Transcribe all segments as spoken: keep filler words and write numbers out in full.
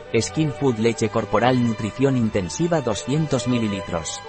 Skin Food Leche Corporal Nutrición Intensiva doscientos mililitros.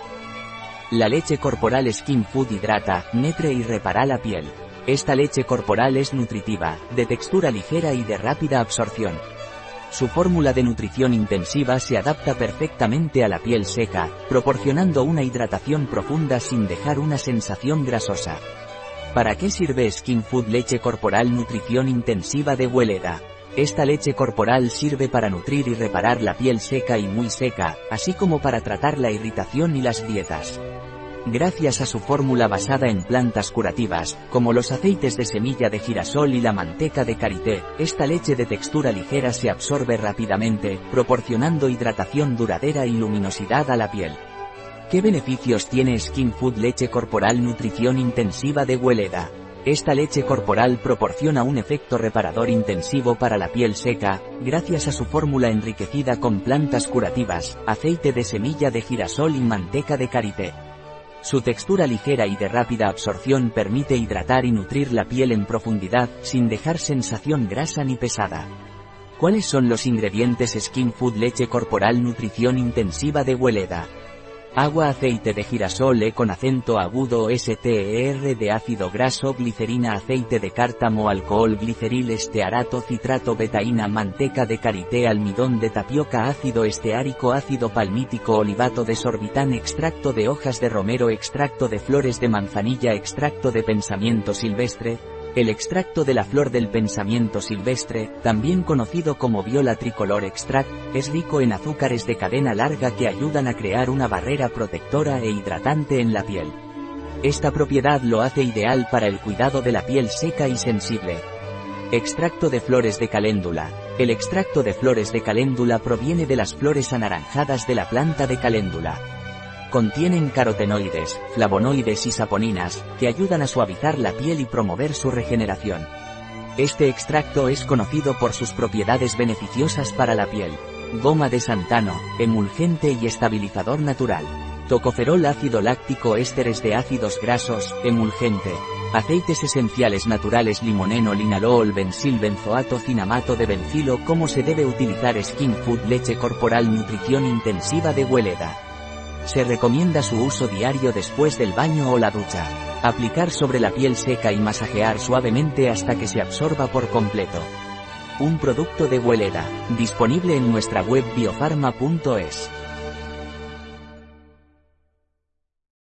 La leche corporal Skin Food hidrata, nutre y repara la piel. Esta leche corporal es nutritiva, de textura ligera y de rápida absorción. Su fórmula de nutrición intensiva se adapta perfectamente a la piel seca, proporcionando una hidratación profunda sin dejar una sensación grasosa. ¿Para qué sirve Skin Food Leche Corporal Nutrición Intensiva de Weleda? Esta leche corporal sirve para nutrir y reparar la piel seca y muy seca, así como para tratar la irritación y las grietas. Gracias a su fórmula basada en plantas curativas, como los aceites de semilla de girasol y la manteca de karité, esta leche de textura ligera se absorbe rápidamente, proporcionando hidratación duradera y luminosidad a la piel. ¿Qué beneficios tiene Skin Food Leche Corporal Nutrición Intensiva de Weleda? Esta leche corporal proporciona un efecto reparador intensivo para la piel seca, gracias a su fórmula enriquecida con plantas curativas, aceite de semilla de girasol y manteca de karité. Su textura ligera y de rápida absorción permite hidratar y nutrir la piel en profundidad, sin dejar sensación grasa ni pesada. ¿Cuáles son los ingredientes Skin Food Leche Corporal Nutrición Intensiva de Weleda? Agua, aceite de girasol E con acento agudo ester de ácido graso, glicerina, aceite de cártamo, alcohol, gliceril, estearato, citrato, betaína, manteca de karité, almidón de tapioca, ácido esteárico, ácido palmítico, olivato de sorbitán, extracto de hojas de romero, extracto de flores de manzanilla, extracto de pensamiento silvestre. El extracto de la flor del pensamiento silvestre, también conocido como viola tricolor extract, es rico en azúcares de cadena larga que ayudan a crear una barrera protectora e hidratante en la piel. Esta propiedad lo hace ideal para el cuidado de la piel seca y sensible. Extracto de flores de caléndula. El extracto de flores de caléndula proviene de las flores anaranjadas de la planta de caléndula. Contienen carotenoides, flavonoides y saponinas, que ayudan a suavizar la piel y promover su regeneración. Este extracto es conocido por sus propiedades beneficiosas para la piel. Goma de santano, emulgente y estabilizador natural. Tocoferol, ácido láctico, ésteres de ácidos grasos, emulgente. Aceites esenciales naturales, limoneno, linalool, bensil, benzoato, cinamato de bencilo. ¿Cómo se debe utilizar Skin Food Leche Corporal Nutrición Intensiva de Weleda? Se recomienda su uso diario después del baño o la ducha. Aplicar sobre la piel seca y masajear suavemente hasta que se absorba por completo. Un producto de Weleda, disponible en nuestra web biofarma punto es.